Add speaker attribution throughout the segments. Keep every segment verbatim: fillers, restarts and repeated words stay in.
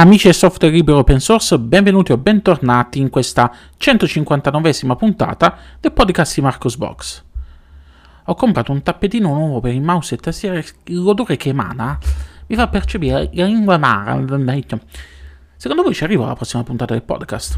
Speaker 1: Amici del software libero open source, benvenuti o bentornati in questa centocinquantanovesima puntata del podcast di Marcosbox. Ho comprato un tappetino nuovo per il mouse e tastiera, l'odore che emana mi fa percepire la lingua amara. Secondo voi ci arrivo alla prossima puntata del podcast?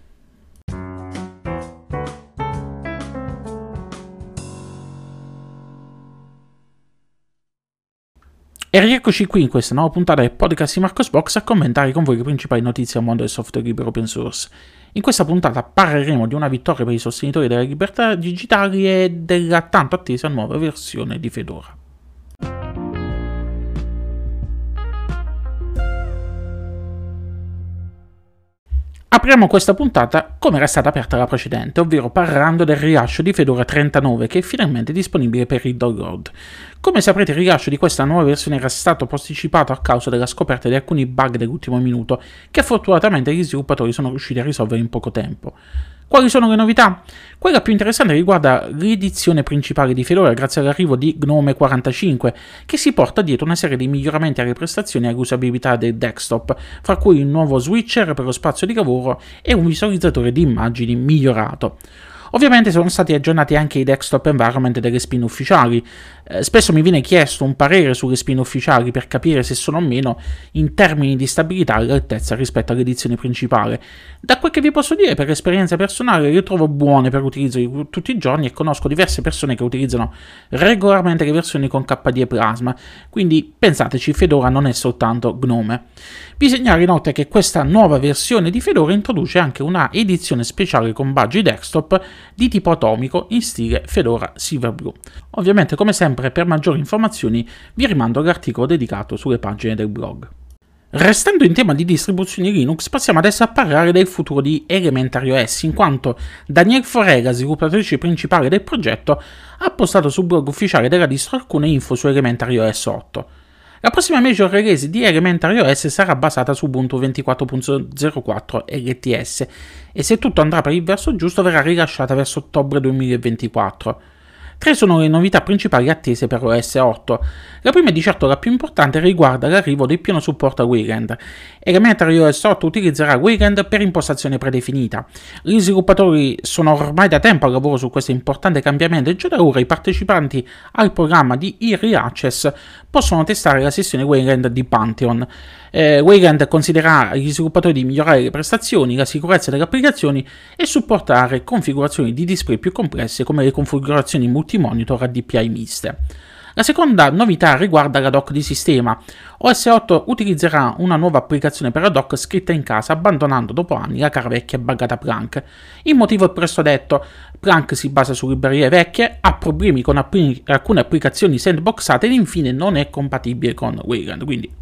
Speaker 1: E rieccoci qui in questa nuova puntata del podcast di Marcosbox a commentare con voi le principali notizie al mondo del software libero open source. In questa puntata parleremo di una vittoria per i sostenitori delle libertà digitali e della tanto attesa nuova versione di Fedora. Apriamo questa puntata come era stata aperta la precedente, ovvero parlando del rilascio di Fedora trentanove che è finalmente disponibile per il download. Come saprete, il rilascio di questa nuova versione era stato posticipato a causa della scoperta di alcuni bug dell'ultimo minuto che fortunatamente gli sviluppatori sono riusciti a risolvere in poco tempo. Quali sono le novità? Quella più interessante riguarda l'edizione principale di Fedora grazie all'arrivo di Gnome quarantacinque, che si porta dietro una serie di miglioramenti alle prestazioni e all'usabilità del desktop, fra cui un nuovo switcher per lo spazio di lavoro e un visualizzatore di immagini migliorato. Ovviamente sono stati aggiornati anche i desktop environment delle spine ufficiali. Eh, spesso mi viene chiesto un parere sulle spine ufficiali per capire se sono o meno in termini di stabilità all'altezza rispetto all'edizione principale. Da quel che vi posso dire, per esperienza personale, le trovo buone per l'utilizzo di tutti i giorni e conosco diverse persone che utilizzano regolarmente le versioni con K D E Plasma, quindi pensateci, Fedora non è soltanto Gnome. Vi segnalo inoltre che questa nuova versione di Fedora introduce anche una edizione speciale con baggi desktop di tipo atomico in stile Fedora Silverblue. Ovviamente, come sempre, per maggiori informazioni vi rimando all'articolo dedicato sulle pagine del blog. Restando in tema di distribuzioni Linux, passiamo adesso a parlare del futuro di Elementary O S, in quanto Danielle Forella, sviluppatrice principale del progetto, ha postato sul blog ufficiale della distro alcune info su Elementary O S otto. La prossima major release di Elementary O S sarà basata su Ubuntu ventiquattro punto zero quattro L T S e, se tutto andrà per il verso giusto, verrà rilasciata verso ottobre duemilaventiquattro. Tre sono le novità principali attese per O S otto. La prima, e di certo la più importante, riguarda l'arrivo del pieno supporto a Wayland. Elementary O S otto utilizzerà Wayland per impostazione predefinita. Gli sviluppatori sono ormai da tempo al lavoro su questo importante cambiamento e già da ora i partecipanti al programma di Early Access possono testare la sessione Wayland di Pantheon. Eh, Wayland considererà agli sviluppatori di migliorare le prestazioni, la sicurezza delle applicazioni e supportare configurazioni di display più complesse come le configurazioni multimonitor a D P I miste. La seconda novità riguarda la dock di sistema. O S otto utilizzerà una nuova applicazione per la dock scritta in casa, abbandonando dopo anni la cara vecchia e buggata Plank. Il motivo è presto detto: Plank si basa su librerie vecchie, ha problemi con app- alcune applicazioni sandboxate ed infine non è compatibile con Wayland, quindi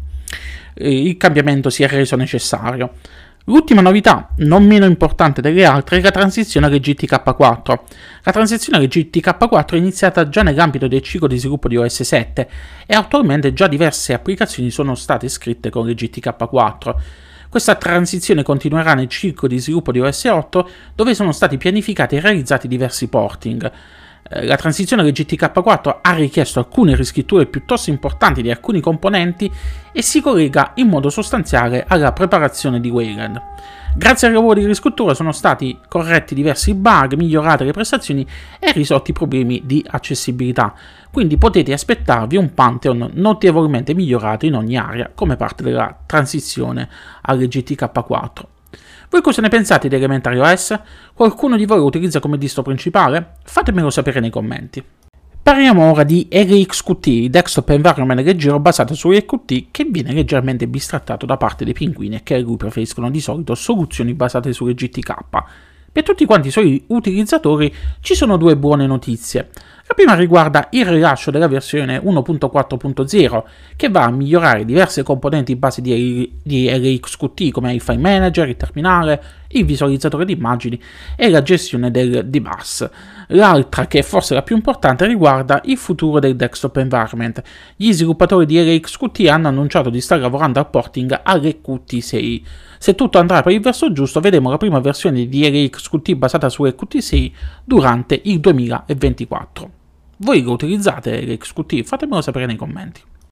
Speaker 1: il cambiamento si è reso necessario. L'ultima novità, non meno importante delle altre, è la transizione alle G T K quattro. La transizione alle G T K quattro è iniziata già nell'ambito del ciclo di sviluppo di O S sette e attualmente già diverse applicazioni sono state scritte con le G T K quattro. Questa transizione continuerà nel ciclo di sviluppo di O S otto, dove sono stati pianificati e realizzati diversi porting. La transizione alle G T K quattro ha richiesto alcune riscritture piuttosto importanti di alcuni componenti e si collega in modo sostanziale alla preparazione di Wayland. Grazie al lavoro di riscrittura sono stati corretti diversi bug, migliorate le prestazioni e risolti problemi di accessibilità, quindi potete aspettarvi un Pantheon notevolmente migliorato in ogni area come parte della transizione alle G T K quattro. Voi cosa ne pensate di Elementary O S? Qualcuno di voi lo utilizza come distro principale? Fatemelo sapere nei commenti. Parliamo ora di L X Q T, il desktop environment leggero basato su L Q T che viene leggermente bistrattato da parte dei pinguini e che a lui preferiscono di solito soluzioni basate sulle G T K. Per tutti quanti i suoi utilizzatori ci sono due buone notizie. La prima riguarda il rilascio della versione uno punto quattro punto zero, che va a migliorare diverse componenti base di, di L X Q T come il file manager, il terminale, il visualizzatore di immagini e la gestione del D bus. L'altra, che è forse la più importante, riguarda il futuro del desktop environment. Gli sviluppatori di L X Q T hanno annunciato di stare lavorando al porting alle Q T sei. Se tutto andrà per il verso giusto, vedremo la prima versione di L X Q T basata su L Q T sei durante il duemilaventiquattro. Voi lo utilizzate L X Q T? Fatemelo sapere nei commenti.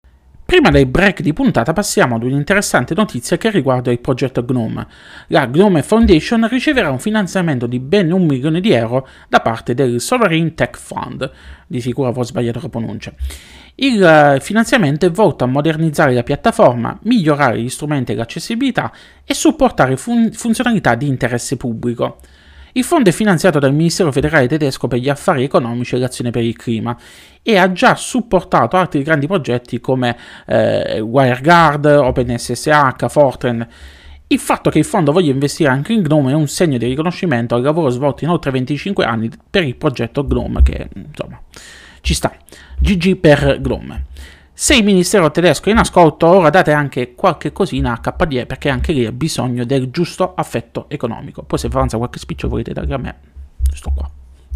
Speaker 1: Prima del break di puntata passiamo ad un'interessante notizia che riguarda il progetto GNOME. La GNOME Foundation riceverà un finanziamento di ben un milione di euro da parte del Sovereign Tech Fund. Di sicuro avrò sbagliato la pronuncia. Il finanziamento è volto a modernizzare la piattaforma, migliorare gli strumenti e l'accessibilità e supportare fun- funzionalità di interesse pubblico. Il fondo è finanziato dal Ministero federale tedesco per gli affari economici e l'azione per il clima e ha già supportato altri grandi progetti come eh, WireGuard, OpenSSH, Fortran. Il fatto che il fondo voglia investire anche in GNOME è un segno di riconoscimento al lavoro svolto in oltre venticinque anni per il progetto GNOME, che insomma ci sta. G G per GNOME. Se il Ministero tedesco è in ascolto, ora date anche qualche cosina a K D E, perché anche lì ha bisogno del giusto affetto economico. Poi se avanza qualche spiccio volete darlo a me, sto qua.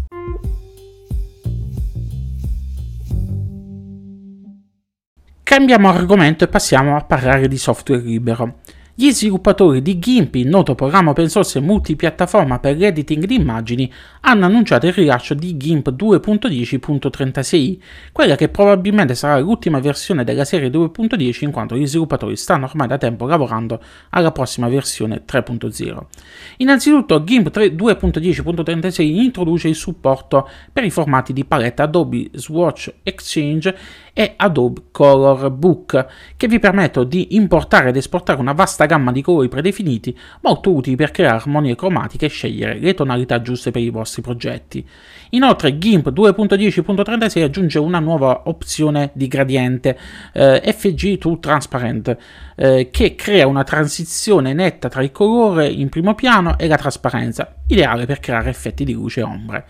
Speaker 1: Cambiamo argomento e passiamo a parlare di software libero. Gli sviluppatori di GIMP, il noto programma open source multipiattaforma per l'editing di immagini, hanno annunciato il rilascio di GIMP due punto dieci punto trentasei, quella che probabilmente sarà l'ultima versione della serie due punto dieci in quanto gli sviluppatori stanno ormai da tempo lavorando alla prossima versione tre punto zero. Innanzitutto GIMP due punto dieci punto trentasei introduce il supporto per i formati di palette Adobe Swatch Exchange e Adobe Color Book, che vi permettono di importare ed esportare una vasta gamma di colori predefiniti, molto utili per creare armonie cromatiche e scegliere le tonalità giuste per i vostri progetti. Inoltre GIMP due punto dieci punto trentasei aggiunge una nuova opzione di gradiente, eh, F G to Transparent, eh, che crea una transizione netta tra il colore in primo piano e la trasparenza, ideale per creare effetti di luce e ombre.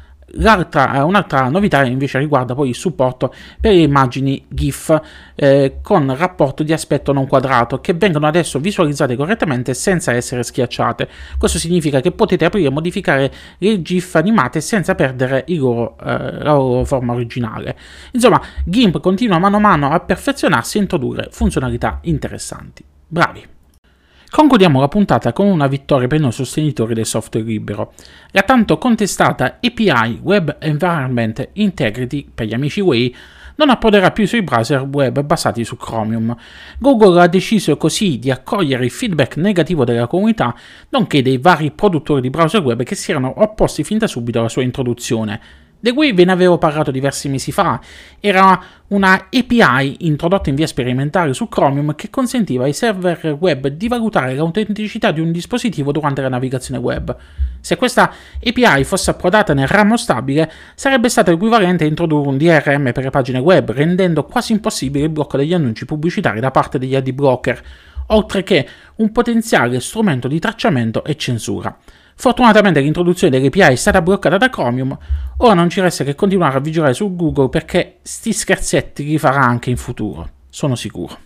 Speaker 1: L'altra, un'altra novità invece riguarda poi il supporto per le immagini GIF eh, con rapporto di aspetto non quadrato, che vengono adesso visualizzate correttamente senza essere schiacciate. Questo significa che potete aprire e modificare le GIF animate senza perdere il loro, eh, la loro forma originale. Insomma, GIMP continua mano a mano a perfezionarsi e introdurre funzionalità interessanti. Bravi! Concludiamo la puntata con una vittoria per noi sostenitori del software libero. La tanto contestata A P I Web Environment Integrity, per gli amici W E I, non approderà più sui browser web basati su Chromium. Google ha deciso così di accogliere il feedback negativo della comunità, nonché dei vari produttori di browser web che si erano opposti fin da subito alla sua introduzione. The W E I ve ne avevo parlato diversi mesi fa, era una A P I introdotta in via sperimentale su Chromium che consentiva ai server web di valutare l'autenticità di un dispositivo durante la navigazione web. Se questa A P I fosse approdata nel ramo stabile, sarebbe stato equivalente a introdurre un D R M per le pagine web, rendendo quasi impossibile il blocco degli annunci pubblicitari da parte degli ad blocker, oltre che un potenziale strumento di tracciamento e censura. Fortunatamente l'introduzione dell'A P I è stata bloccata da Chromium, ora non ci resta che continuare a vigilare su Google perché sti scherzetti li farà anche in futuro, sono sicuro.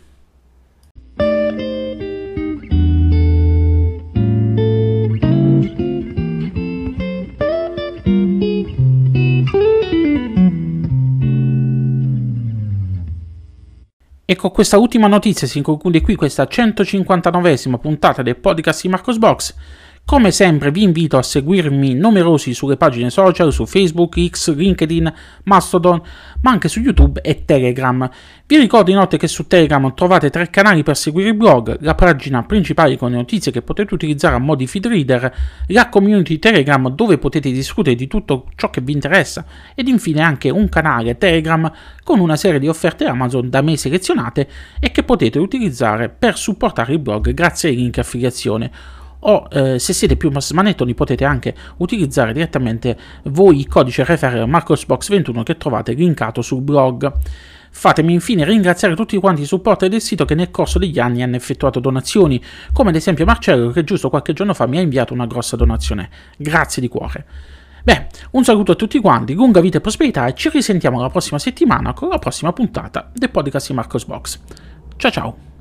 Speaker 1: E con questa ultima notizia si conclude qui questa centocinquantanovesima puntata del podcast di Marcosbox. Come sempre vi invito a seguirmi numerosi sulle pagine social, su Facebook, X, LinkedIn, Mastodon, ma anche su YouTube e Telegram. Vi ricordo inoltre che su Telegram trovate tre canali per seguire il blog, la pagina principale con le notizie che potete utilizzare a mo' di feed reader, la community Telegram dove potete discutere di tutto ciò che vi interessa ed infine anche un canale Telegram con una serie di offerte Amazon da me selezionate e che potete utilizzare per supportare il blog grazie ai link affiliazione. O eh, se siete più smanettoni potete anche utilizzare direttamente voi il codice referral Marcosbox ventuno che trovate linkato sul blog. Fatemi infine ringraziare tutti quanti i supporter del sito che nel corso degli anni hanno effettuato donazioni, come ad esempio Marcello che giusto qualche giorno fa mi ha inviato una grossa donazione. Grazie di cuore. Beh, un saluto a tutti quanti, lunga vita e prosperità e ci risentiamo la prossima settimana con la prossima puntata del podcast di Marcosbox. Ciao ciao!